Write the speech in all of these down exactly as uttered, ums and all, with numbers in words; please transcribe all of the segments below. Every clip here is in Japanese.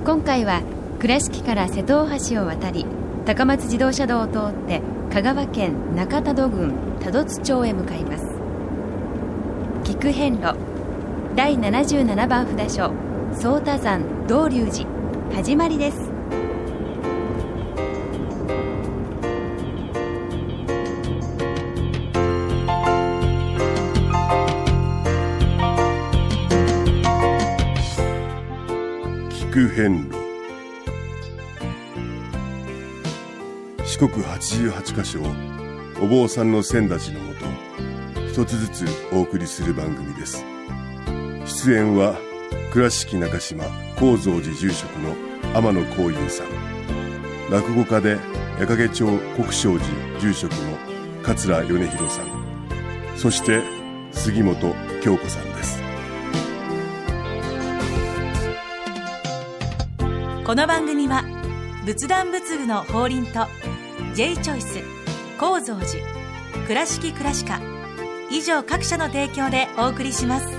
今回は倉敷から瀬戸大橋を渡り高松自動車道を通って香川県中多度郡多度津町へ向かいます。菊遍路だいななじゅうななばん札所宗太山道隆寺始まりです。 菊遍路、四国はちじゅうはちカ所をお坊さんの先立ちのもと一つずつお送りする番組です。出演は倉敷中島・高蔵寺住職の天野幸雄さん、落語家で矢掛町国生寺住職の桂米広さん、そして杉本京子さんです。 この番組は仏壇仏具の法輪と J チョイス、高蔵寺、倉敷倉歯科以上各社の提供でお送りします。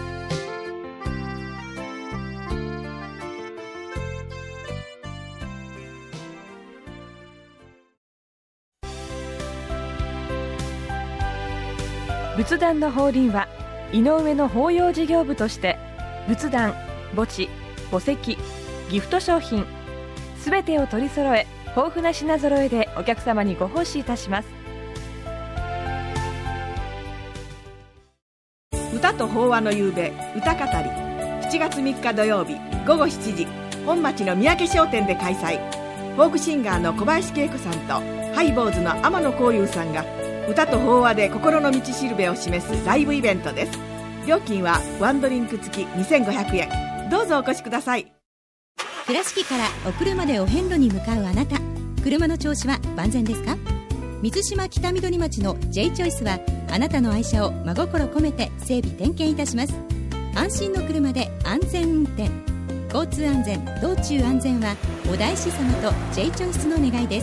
仏壇の法輪は井上の法要事業部として仏壇、墓地、墓石、ギフト商品すべてを取り揃え、豊富な品揃えでお客様にご奉仕いたします。 歌と法話の夕べ歌語り、しちがつみっか土曜日ごごしちじ、本町の三宅商店で開催。フォークシンガーの小林恵子さんとハイボーズの天野幸雄さんが歌と法話で心の道しるべを示すライブイベントです。料金はワンドリンク付きにせんごひゃくえん。どうぞお越しください。 倉敷からお車でお遍路に向かうあなた、車の調子は万全ですか？水島北緑町の J チョイスはあなたの愛車を真心込めて整備点検いたします。安心の車で安全運転、交通安全、道中安全はお大師様と J チョイスの願いです。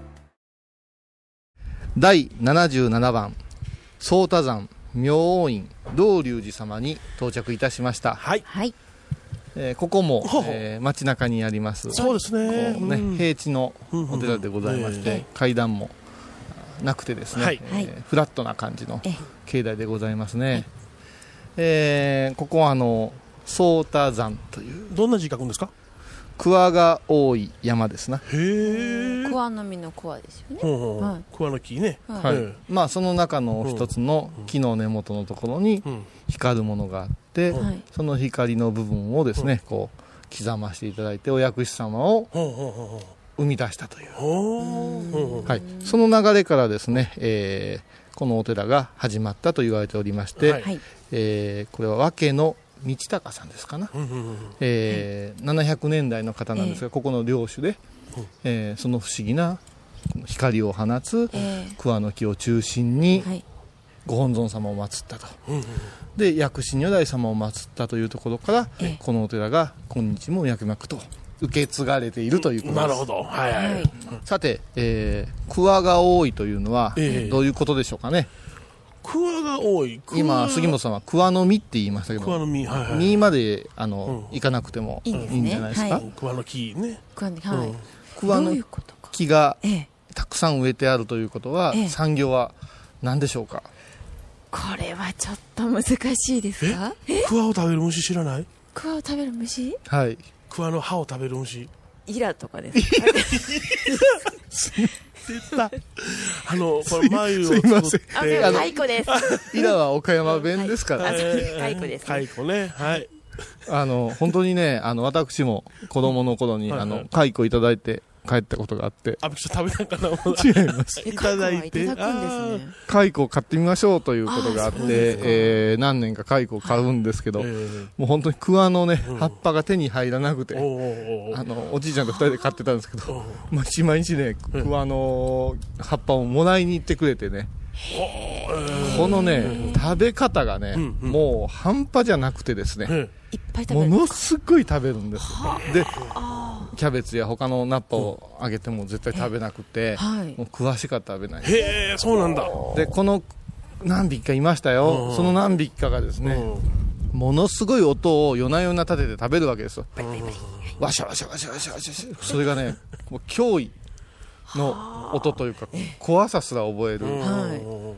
だいななじゅうななばん宗太山明王院道隆寺様に到着いたしました。 はい、 はい、 えー、ここも、えー、街中にありますそうですね、 こうね、 うん、 平地のお寺でございまして、うんうん、階段もなくてですね、はい、えー、フラットな感じの境内でございますね、はい、えー、ここはあの宗太山という、 どんな字書くんですか？ 桑が多い山ですな。 へー、 桑の実の桑ですよね、 うんうん、 はい、 桑の木ね、 はい、はい、まあ、その中の一つの木の根元のところに光るものがあって、うん、その光の部分をですね、うん、こう刻ましていただいてお薬師様を生み出したという、うん、はい、その流れからですね、えー、このお寺が始まったと言われておりまして、はい、えー、これは和家の道隆さんですかな、うんうんうん、えー、ななひゃくねんだいの方なんですが、えー、ここの領主で、えー、その不思議な光を放つ桑の木を中心にご本尊様を祀ったと、はい、で薬師如来様を祀ったというところから、えー、このお寺が今日も脈々と受け継がれているということです。 なるほど、はいはい、はい、 さて、えー、桑が多いというのはどういうことでしょうかね。 桑が多い。 今杉本さんは桑の実って言いましたけど、 桑の実、はいはい、 実まであの、うん、いかなくてもいいんじゃないですか。 桑の木ね、 桑の木、はい、うん、 桑の木がたくさん植えてあるということは、ええ、産業は何でしょうか。 これはちょっと難しいですか。 え、桑を食べる虫知らない？ 桑を食べる虫、 はい、 桑の葉を食べる虫、 イラとかですか。 あのこれ眉を作ってあの蚕です。 イラは岡山弁ですから、 はい、蚕です、 ね、蚕ね、はい、 あの本当にね、あの私も子供の頃に、はいはい、あの蚕いただいて帰ったことがあって、 あ、ちょっと食べたかな。 違います。 いただいて、 蚕を買ってみましょうということがあって、えー、何年か蚕を買うんですけど、はい、もう本当に桑のね、うん、葉っぱが手に入らなくて、お, あのおじいちゃんとふたりで買ってたんですけど、毎日毎日ね、桑の葉っぱをもらいに行ってくれてね、このね食べ方がね、うんうん、もう半端じゃなくてですね、 いっぱい食べる、 ものすごい食べるんです。でキャベツや他のナッパをあげても絶対食べなくて、はい、もう詳しか食べない。 へー、そうなんだ。 でこの何匹かいましたよ、うん、その何匹かがですね、 ものすごい音を夜な夜な立てて食べるわけですよ。わしゃわしゃわしゃわしゃわしゃ、それがねもう脅威の音というか怖さすら覚える、 はい、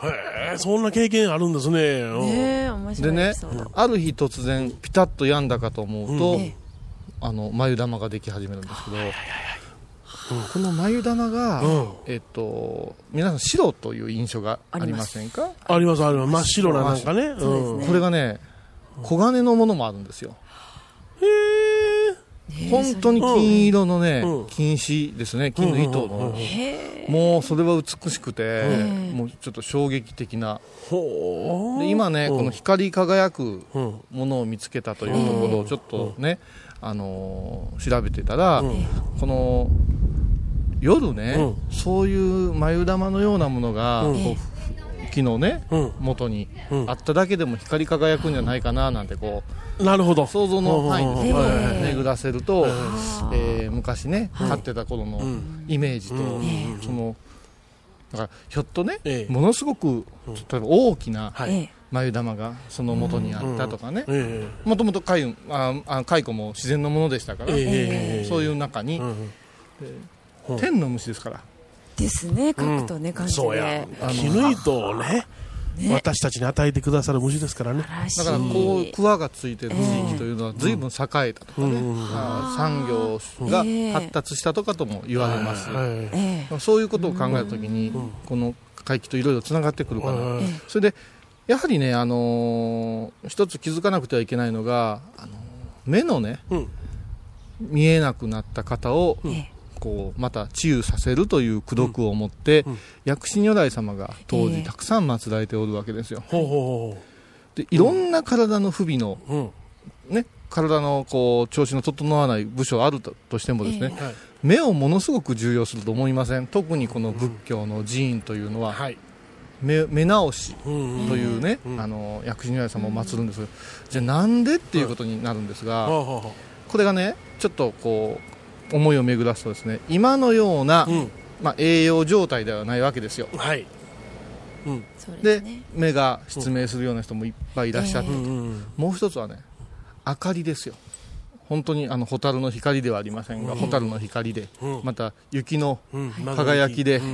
へえ、そんな経験あるんですね。 ね、面白いでね、 エピソード。 ある日突然ピタッと止んだかと思うと、 うん、 あの眉玉ができ始めるんですけど、この眉玉が、うん、えっと、皆さん白という印象がありませんか？ ありますあります。真っ白ななんかね、 うん、これがね黄金のものもあるんですよ。 へえ、本当に金色のね、うん、金糸ですね、金の糸の、うん、もうそれは美しくて、もうちょっと衝撃的な。で今ね、この光り輝くものを見つけたというところをちょっとね、あのー、調べてたら、この夜ね、うん、そういう眉玉のようなものが、うん、こう木のね、うん、元にあっただけでも光り輝くんじゃないかななんてこう、 なるほど、 想像の範囲で巡らせると、えー、昔ね飼ってた頃のイメージと、そのだからひょっとね、ものすごく例えば大きな眉玉がその元にあったとかね、もともと蚕も自然のものでしたから、そういう中に、天の虫ですからですね、書くとね、感じで、 そうや、絹糸をね、私たちに与えてくださる虫ですからね。 だからこうクワがついてる地域というのは随分栄えたとかね、産業が発達したとかとも言われます。そういうことを考えるときにこの海域といろいろつながってくるかな。それでやはりね、あの一つ気づかなくてはいけないのが、あの目のね見えなくなった方をこうまた治癒させるという功徳を持って、うんうん、薬師如来様が当時たくさん祀られておるわけですよ。えー、でいろんな体の不備の、うんね、体のこう調子の整わない部署ある と, としてもですね、えー、目をものすごく重要すると思いません？特にこの仏教の寺院というのは、うんはい、目, 目直しというね、うんうん、あの薬師如来様を祀るんです、うん、じゃあなんでっていうことになるんですが、うん、これがねちょっとこう思いを巡らすとですね、今のような、うんまあ、栄養状態ではないわけですよ。はいうん、で、ね、目が失明するような人もいっぱいいらっしゃって、うん、もう一つはね明かりですよ。本当にあの蛍の光ではありませんが、うん、蛍の光で、うん、また雪の輝きで、うん、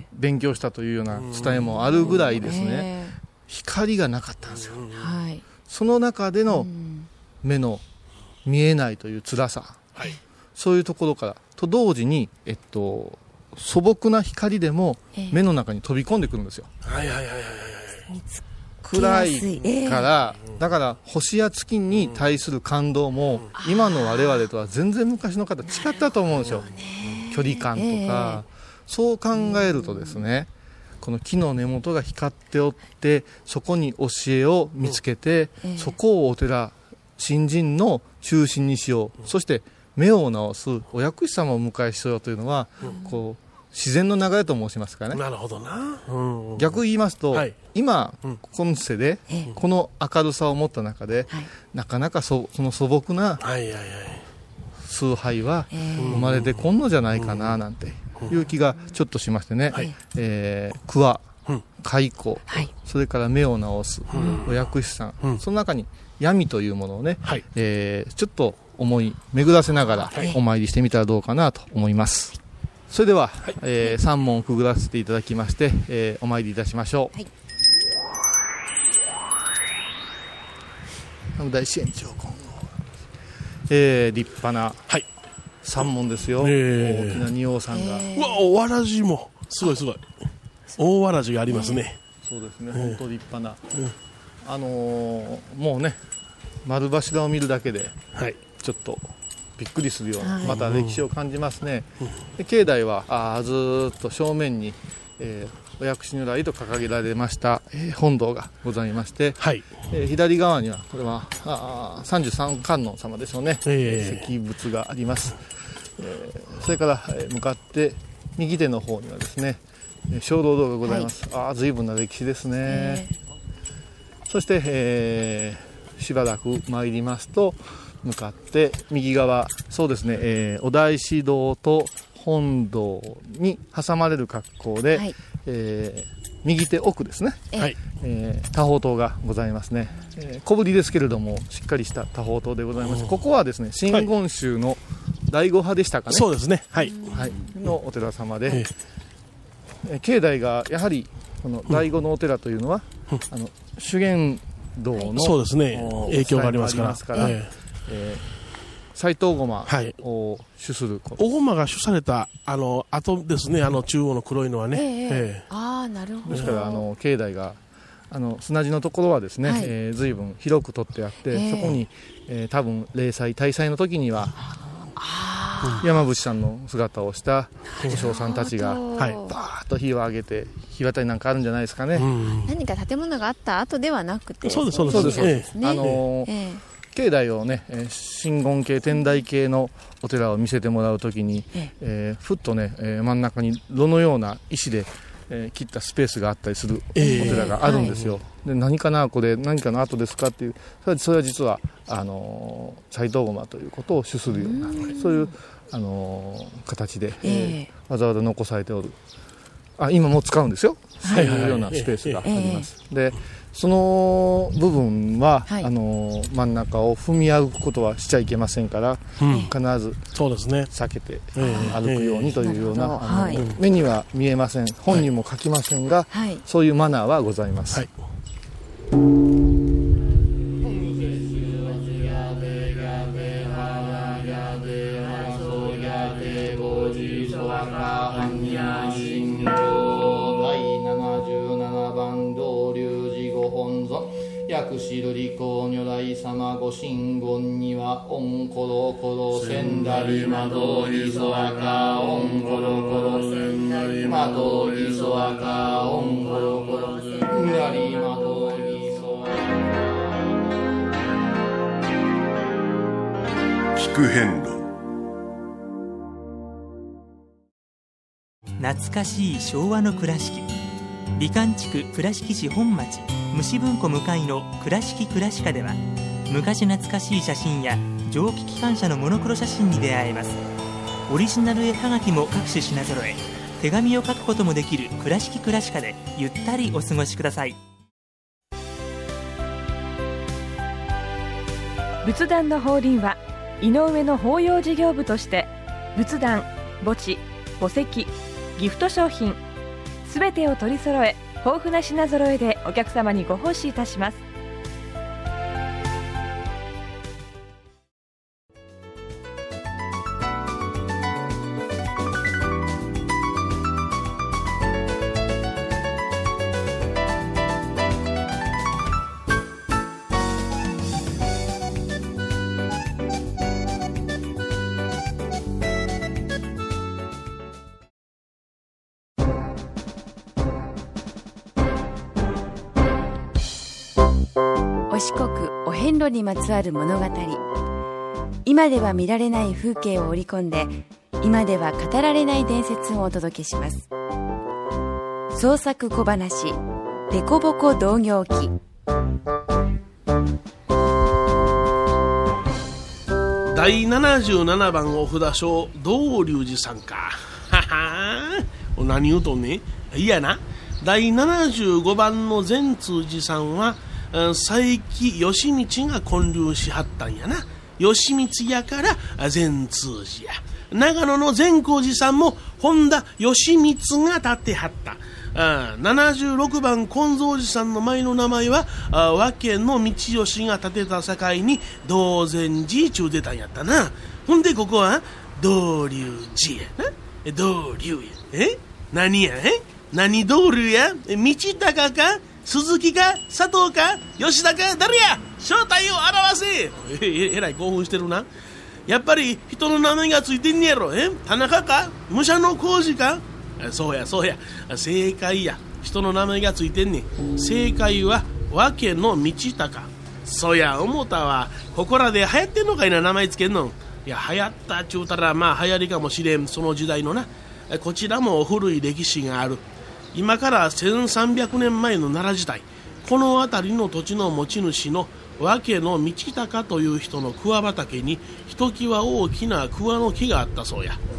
勉強したというような伝えもあるぐらいですね、うん、光がなかったんですよ、うん、その中での目の見えないという辛さ、はいそういうところからと同時に、えっと、素朴な光でも目の中に飛び込んでくるんですよ。はいはいはいはいはい。暗いから、だから星や月に対する感動も今の我々とは全然昔の方違ったと思うんですよ。距離感とか、そう考えるとですね、この木の根元が光っておってそこに教えを見つけて、そこをお寺信心の中心にしよう、そして目を治すお薬師様をお迎えしようというのは、うん、こう自然の流れと申しますかね。 なるほどな、うん、逆言いますと、はい、今、うん、今世で、うん、この明るさを持った中で、はい、なかなか そ, その素朴な崇拝は生まれてこんのじゃないかななんていう気がちょっとしましてね、はいえー、桑、蚕、はい、それから目を治す、うん、お薬師さん、うん、その中に闇というものをね、はいえー、ちょっと思い巡らせながらお参りしてみたらどうかなと思います。それでは、はいえー、さん問くぐらせていただきまして、えー、お参りいたしましょう。はい、大師園長今後、えー、立派なさん問ですよ、はいえー、大きな仁王さんが、 うわおわらじもすごいすごい大わらじがありますね。 そうですね、本当立派な、うん、あのー、もうね丸柱を見るだけで、はいちょっとびっくりするような、はい、また歴史を感じますね、うん、で境内はあずっと正面に、えー、お薬師如来と掲げられました、えー、本堂がございまして、はいえー、左側にはこれはあさんじゅうさん観音様でしょうね、えー、石仏があります、えー、それから、えー、向かって右手の方にはですね鐘楼堂がございます、はい、あ随分な歴史ですね、えー、そして、えー、しばらく参りますと向かって右側そうですね、えー、お大師堂と本堂に挟まれる格好で、はい、えー、右手奥ですね、ええー、多宝塔がございますね、えー、小ぶりですけれどもしっかりした多宝塔でございます。ここはですね真言宗の第五派でしたかね、 そうですね、はい、 はい、のお寺様で、えー、境内がやはりこの第五のお寺というのは、うん、あの修験道の、 そうですね、影響がありますから、 からえーえー斎藤ごまを主すること、 おごまが主されたあの後ですね、あの中央の黒いのはね、 えーえー、ああなるほど。 ですからあの境内があの砂地のところはですね、はい、えー、随分広く取ってあって、えー、そこに、えー、多分例祭大祭の時には山伏さんの姿をしたお尚さんたちが、はい、バーッと火を上げて火渡りなんかあるんじゃないですかね、うん、 何か建物があった後ではなくて、 そうですそうですそうです、そうです、 ね、あのーえー境内をね、真言系天台系のお寺を見せてもらうときに、えええー、ふっとね、えー、真ん中に炉のような石で、えー、切ったスペースがあったりするお寺があるんですよ、えーはい、で何かなこれ何かの後ですかっていう、それは、それは実はあのー、斎藤ごまということを主するような、うそういう、あのー、形で、えーえー、わざわざ残されておる、あ今も使うんですよ、そういうようなスペースがあります、えー、でその部分は、はい、あの真ん中を踏み歩くことはしちゃいけませんから、うん、必ずそうですね避けて、えー、歩くようにというような、えーあのはい、目には見えません、本にも書きませんが、はい、そういうマナーはございます、はい。薬師瑠璃光如来様ご神言にはオンコロコロセンダリマドイソアカオンコロコロセンダリマドイソアカオンコロコロセンダリマドイソアカ。 聞く遍路。 懐かしい昭和の倉敷、美観地区倉敷市本町虫文庫向かいの倉敷倉歯科では、昔懐かしい写真や蒸気機関車のモノクロ写真に出会えます。オリジナル絵はがきも各種品揃え、手紙を書くこともできる倉敷倉歯科でゆったりお過ごしください。 仏壇の法輪は井上の法要事業部として仏壇、墓地、墓石、ギフト商品すべてを取り揃え、豊富な品揃えでお客様にご奉仕いたします。 お四国お遍路にまつわる物語、今では見られない風景を織り込んで、今では語られない伝説をお届けします。創作小話デコボコ同行記。 第ななじゅうななばんお札所道隆寺さんか。はは何言うとんねん。いやな、第ななじゅうごばんの善通寺さんは佐伯義道が建立しはったんやな。義道やから善通寺や。長野の善光寺さんも本田義光が建てはった。あななじゅうろくばん金蔵寺さんの前の名前は和家の道義が建てた境に道禅寺ちゅう出たんやったな。ほんでここは道隆寺やな。道隆や。え何やえ何道隆や。道高か鈴木か佐藤か吉田か誰や。正体を表せ。ええらい興奮してるな。やっぱり人の名前がついてんねやろ。え田中か武者の工事か。そうやそうや、正解や。人の名前がついてんねん。正解は和家の道高。そや思ったわ。ここらで流行ってんのかいな名前つけんの。いや流行ったっちゅうたらまあ流行りかもしれん。その時代のな。こちらも古い歴史がある。今からせんさんびゃくねんまえの奈良時代、この辺りの土地の持ち主の和家の道高という人の桑畑にひときわ大きな桑の木があったそうや。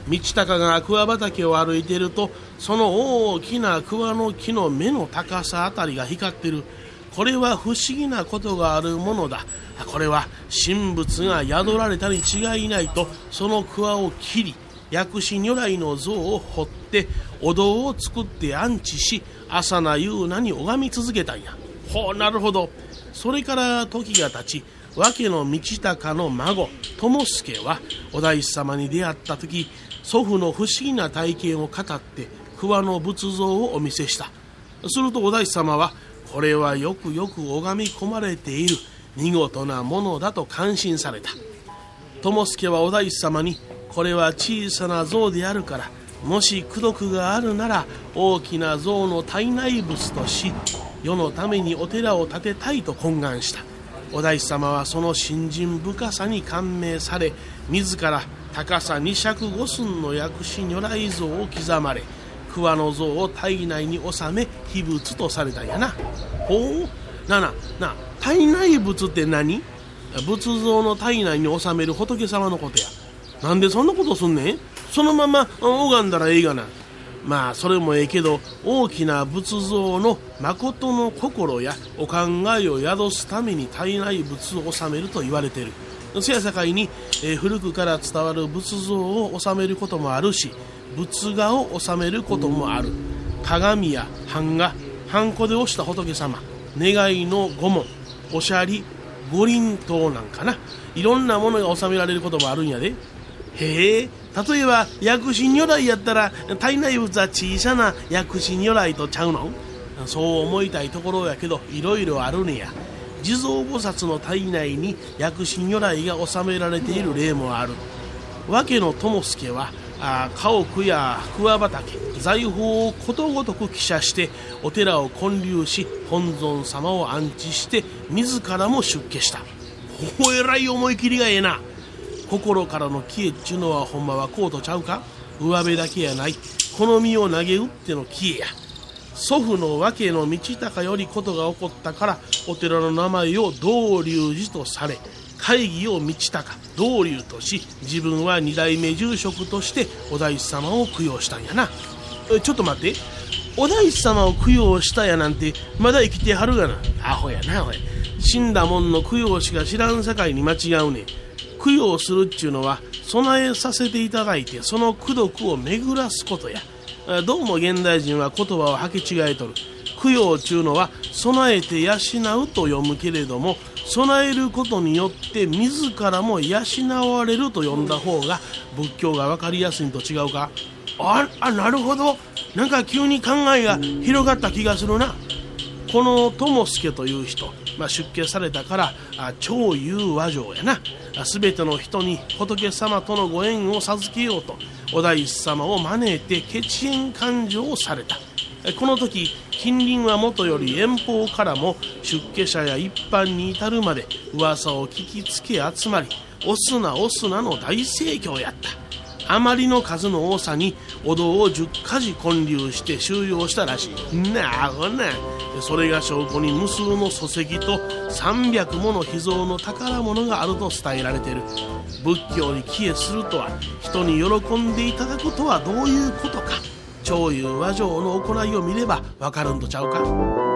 道高が桑畑を歩いていると、その大きな桑の木の目の高さあたりが光ってる。これは不思議なことがあるものだ。これは神仏が宿られたに違いないと、その桑を切り、薬師如来の像を彫ってお堂を作って安置し、朝な夕なに拝み続けたんや。ほう、なるほど。それから時が経ち、訳の道高の孫友助はお大師様に出会った時、祖父の不思議な体験を語って桑の仏像をお見せした。するとお大師様は、これはよくよく拝み込まれている見事なものだと感心された。友助はお大師様に、これは小さな像であるから、もし功徳があるなら大きな像の体内仏とし、世のためにお寺を建てたいと懇願した。お大師様はその信心深さに感銘され、自ら高さ二尺五寸の薬師如来像を刻まれ、桑の像を体内に収め秘仏とされたんやな。ほう、ななな体内仏って何？仏像の体内に収める仏様のことや。なんでそんなことすんねん？そのまま拝んだらええがな。まあそれもええけど、大きな仏像の誠の心やお考えを宿すために体内仏を収めると言われている。せやさかいに、えー、古くから伝わる仏像を収めることもあるし、仏画を収めることもある。鏡や版画、ハンコで押した仏様、願いの御紋、おしゃり、五輪塔なんかな、いろんなものが収められることもあるんやで。へえ、例えば薬師如来やったら体内仏は小さな薬師如来とちゃうの？そう思いたいところやけど、いろいろあるねや。地蔵菩薩の体内に薬師如来が収められている例もある。訳の友助はあ家屋や桑畑、財宝をことごとく記写してお寺を建立し、本尊様を安置して自らも出家した。ほえらい思い切りがええな。心からの消えっちゅうのはほんまはこうとちゃうか。上辺だけやない、好みを投げ打っての消えや。祖父の訳の道高よりことが起こったから、お寺の名前を道隆寺とされ、会議を道高、道隆とし、自分は二代目住職としてお大師様を供養したんやな。えちょっと待って、お大師様を供養したやなんてまだ生きてはるがな。アホやなおい。死んだもんの供養しか知らんさかいに間違うねん。供養するっちゅうのは備えさせていただいて、その功徳を巡らすことや。どうも現代人は言葉を履き違えとる。供養っちゅうのは備えて養うと読むけれども、備えることによって自らも養われると読んだ方が仏教が分かりやすいと違うか。ああ、なるほど。なんか急に考えが広がった気がするな。この友助という人、まあ、出家されたからあ超有和上やな。すべての人に仏様とのご縁を授けようとお大師様を招いて血縁勘定をされた。この時近隣はもとより遠方からも出家者や一般に至るまで噂を聞きつけ集まり、お砂お砂の大盛況やった。あまりの数の多さにお堂を十か寺建立して収容したらしい。なあほな、それが証拠に無数の礎石と三百もの秘蔵の宝物があると伝えられている。仏教に帰依するとは、人に喜んでいただくとはどういうことか、超有和上の行いを見ればわかるんとちゃうか。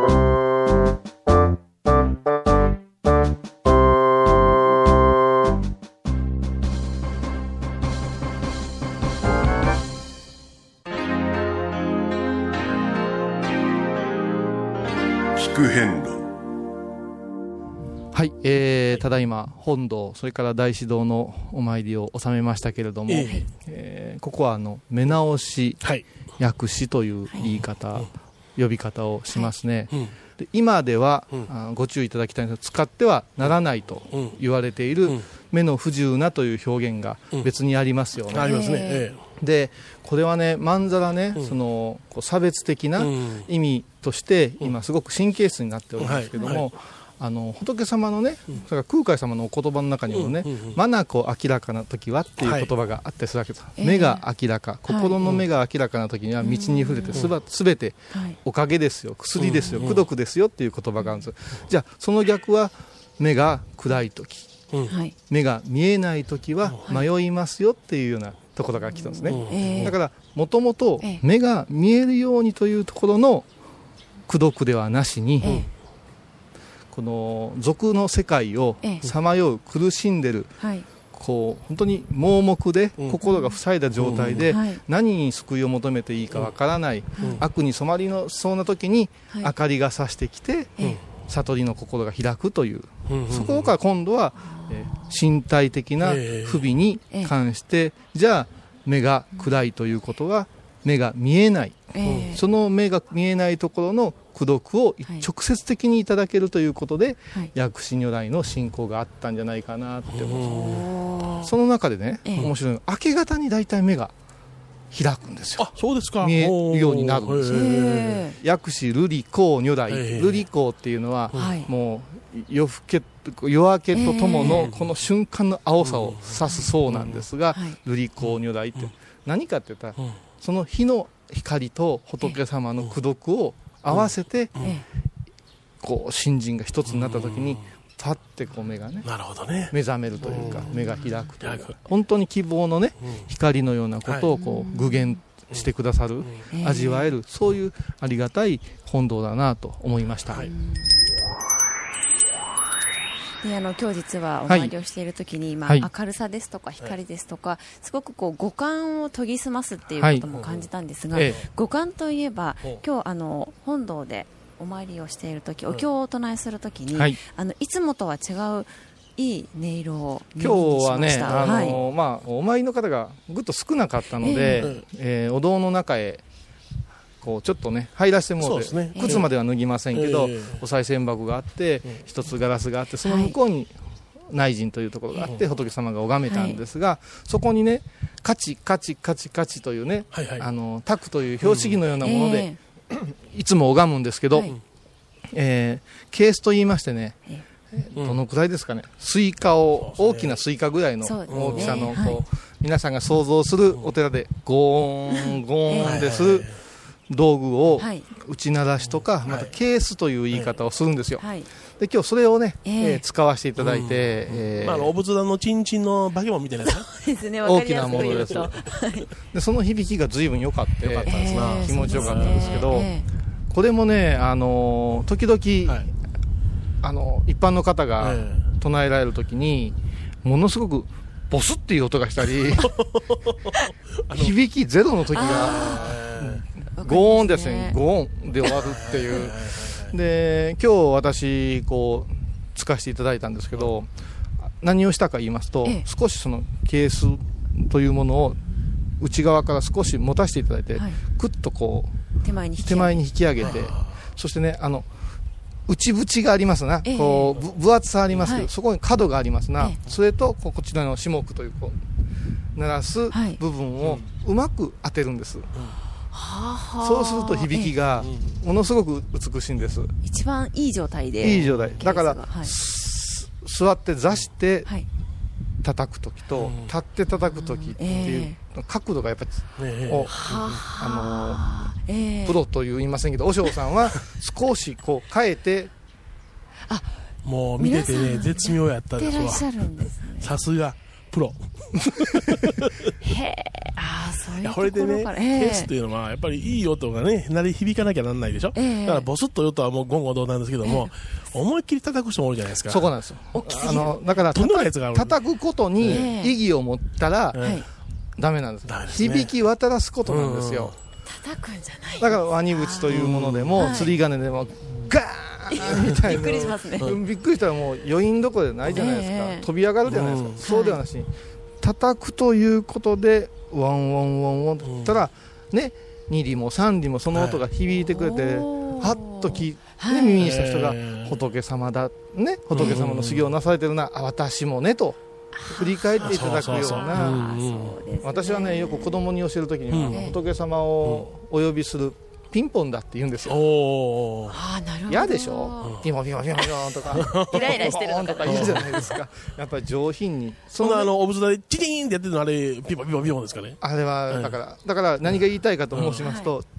聞く遍路。 はい、えー、ただいま本堂、それから大師堂のお参りを収めましたけれども、えーえー、ここはあの目直し、はい、薬師という言い方、はい、呼び方をしますね、はい、で今では、うん、ご注意いただきたいんですが、使ってはならないと言われている、うん、目の不自由なという表現が別にありますよね、うん、ありますね、えー、でこれはね、まんざらね、うん、そのこう差別的な意味として今すごく神経質になっておるんですけども、はいはい、あの仏様のね、うん、それから空海様のお言葉の中にもね、眼明らかな時はっていう言葉があったりするわけです、はい、目が明らか、えー、心の目が明らかな時には道に触れてすば、すべておかげですよ、薬ですよ、功徳ですよっていう言葉があるんです。じゃあその逆は目が暗い時、うん、目が見えない時は迷いますよっていうようなところから来たんですね、 えー、 だからもともと目が見えるようにというところの功徳ではなしに、えー、この俗の世界をさまよう苦しんでる、えーはい、こう本当に盲目で心が塞いだ状態で何に救いを求めていいかわからない、うん、悪に染まりのそうな時に明かりが差してきて、はい、悟りの心が開くという、うん、そこから今度は、えー、身体的な不備に関して、えー、じゃあ目が暗いということは目が見えない、えー、その目が見えないところの功徳を直接的にいただけるということで、はい、薬師如来の信仰があったんじゃないかなって思う。その中でね、えー、面白いのは明け方に大体目が開くんですよ。 あ、そうですか。 見えるようになるんですね。薬師瑠璃光如来、瑠璃光っていうのは、はい、もう夜更け夜明けととものこの瞬間の青さを指すそうなんですが、瑠璃光如来って何かって言ったら、その日の光と仏様の功徳を合わせて、こう信心が一つになった時にパッてこう目がね、 なるほどね、 目覚めるというか、目が開くというか、本当に希望のね、光のようなことをこう具現してくださる、味わえる、そういうありがたい本堂だなと思いました。はい、 であの今日実はお参りをしているときに、はい、まあはい、明るさですとか光ですとか、すごくこう五感を研ぎ澄ますっていうことも感じたんですが、はい、五感といえば今日あの本堂でお参りをしているとき、お経をお唱えするときに、はい、あのいつもとは違ういい音色を耳にしました。 今日はね、あの、はい、まあ、お参りの方がぐっと少なかったので、えーえー、お堂の中へこうちょっとね入らせてもらって、ね、靴までは脱ぎませんけど、えー、お賽銭箱があって、えー、一つガラスがあって、その向こうに内陣というところがあって、はい、仏様が拝めたんですが、はい、そこにねカチカチカチカチというね、はいはい、あのタクという標識のようなもので、うん、えー、いつも拝むんですけど、はい、えー、ケースと言いましてね、えー、どのくらいですかね、スイカを、大きなスイカぐらいの大きさのこう、はい、皆さんが想像するお寺でゴーンゴーンでする道具を打ち鳴らしとか、はい、またケースという言い方をするんですよ。はい、で今日それをね、えーえー、使わせていただいて、うん、えーまあ、お仏壇のチンチンの化け物みたいなやつそうですね、 大きなものです。でその響きが随分良かった、良かったですな、えー、気持ちよかったんですけど、えー、これもね、あのー、時々、はい、あの一般の方が唱えられるときに、ものすごくボスっていう音がしたり響きゼロの時がゴーンですね、ゴーンで終わるっていうで、今日私こうつかせていただいたんですけど、何をしたか言いますと、ええ、少しそのケースというものを内側から少し持たせていただいて、はい、クッとこう手前に引き上げて、はい、そしてね、あの内縁がありますな、ええ、こう分厚さありますけど、はい、そこに角がありますな、ええ、それとこちらの下句というこう鳴らす部分をうまく当てるんです。はい、うん、そうすると響きがものすごく美しいんです。 一番いい状態で、 いい状態だから、はい、座って座して叩くときと、はい、立って叩くときっていう角度がやっぱり、えー、あの、えー、プロと言いませんけど、和尚さんは少しこう変えてあ、もう見ててね絶妙やったですわ。さすがプロへえ、あ、そういうところから。 これでね、ケースっていうのはやっぱりいい音がね鳴り響かなきゃなんないでしょ、えー、だからボスッと音はもう言語道なんですけども、えー、思いっきり叩く人も多いじゃないですか。 そこなんですよ。あのだから叩くことに意義を持ったら、えー、ダメなんです、はい、響き渡らすことなんですよ。 叩くんじゃない。 だからワニ口というものでも釣り鐘でもガーンみたいなびっくりしますね。 びっくりしたらもう余韻どころでないじゃないですか、えー、飛び上がるじゃないですか、うん、そうではなしに、はい、叩くということでワンワンワンワンだったら、うん、ね、に里もさん里もその音が響いてくれて、はい、はっとき、はい、ね、耳にした人が仏様だ、ね、仏様の修行をなされてるな、あ、私もねと振り返っていただくような。私はね、よく子供に教えるときには、うん、仏様をお呼びするピンポンだって言うんですよ。 おあ、なるほど。 嫌でしょ、ピンポンピンポンピンポンとかイライラしてるのとか言うじゃないですか。やっぱり上品に。 そんなあのお仏壇でチリーンってやってるの、あれピンポンピンポンピンポンですかね。 あれはだから、だから何が言いたいかと申しますと、はい、ちょっと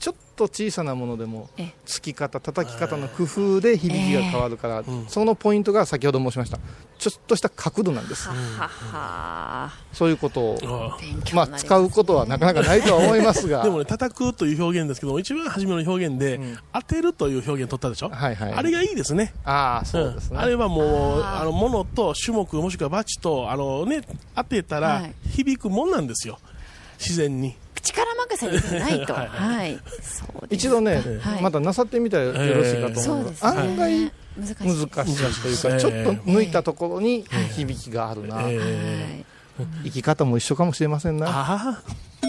と小さなものでもつき方叩き方の工夫で響きが変わるから、えー、そのポイントが先ほど申しましたちょっとした角度なんです、うん、そういうことを、まあ、使うことはなかなかないとは思いますがでもね叩くという表現ですけど一番初めの表現で、うん、当てるという表現取ったでしょ、はいはい、あれがいいですね。 ああそうですね、 うん、あれはもうあの物と種目もしくはバチとあの、ね、当てたら響くもんなんですよ、自然に力任せでないと、はいはい、 そう一度ね、はい、またなさってみたらよろしいかと思います、えー、案外難しいというか、えー、ちょっと抜いたところに響きがあるな、えーえー、生き方も一緒かもしれませんな。 あ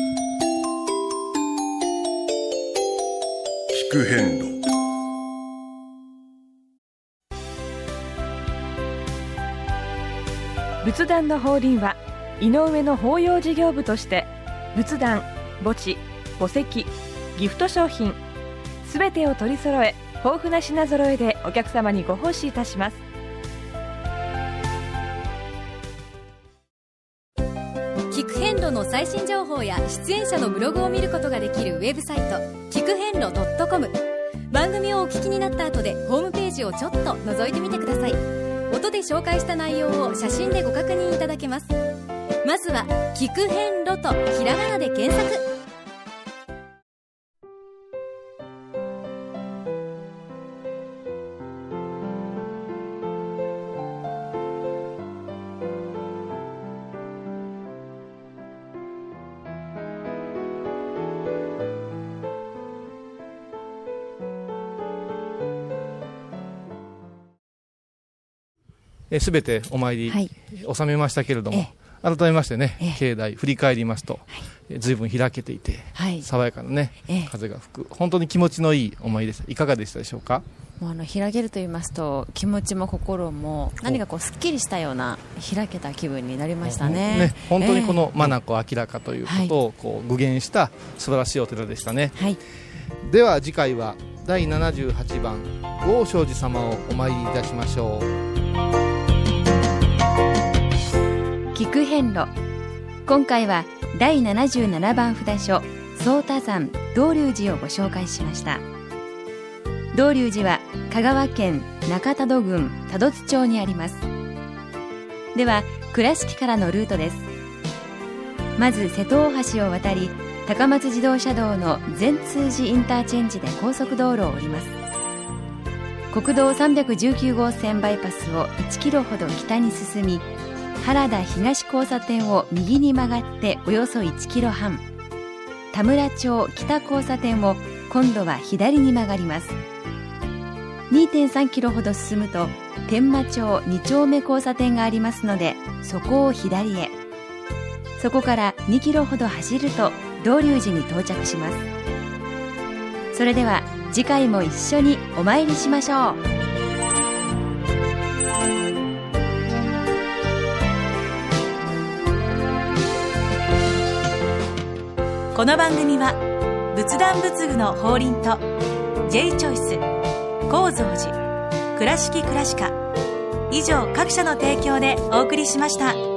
聞く変路。 仏壇の法輪は井上の法要事業部として仏壇、墓地、墓石、ギフト商品すべてを取り揃え豊富な品揃えでお客様にご奉仕いたします。 聞く遍路の最新情報や出演者のブログを見ることができるウェブサイト聞く遍路 .com。 番組をお聞きになった後でホームページをちょっと覗いてみてください。音で紹介した内容を写真でご確認いただけます。まずは聞く遍路とひらがなで検索。 すべてお参り、はい、収めましたけれども、改めましてね、境内振り返りますと、はい、随分開けていて、はい、爽やかなね、風が吹く本当に気持ちのいいお参りでした。いかがでしたでしょうか。 もうあの開けると言いますと気持ちも心も何かこうすっきりしたような開けた気分になりました ね, ね本当にこの眼明らかということをこう具現した素晴らしいお寺でしたね、はい、では次回はだいななじゅうはちばん豪昌寺様をお参りいたしましょう。 聞く遍路。今回はだいななじゅうななばん札所宗太山道隆寺をご紹介しました。道隆寺は香川県中多度郡多度津町にあります。では倉敷からのルートです。まず瀬戸大橋を渡り高松自動車道の善通寺インターチェンジで高速道路を降ります。国道さんびゃくじゅうきゅうごうせんバイパスをいちキロほど北に進み原田東交差点を右に曲がっておよそいちキロはん、田村町北交差点を今度は左に曲がります。 にてんさんキロほど進むと天満町に丁目交差点がありますのでそこを左へ。そこからにキロほど走ると道隆寺に到着します。それでは次回も一緒にお参りしましょう。 この番組は仏壇仏具の法輪と J チョイス、高蔵寺、倉敷倉歯科以上各社の提供でお送りしました。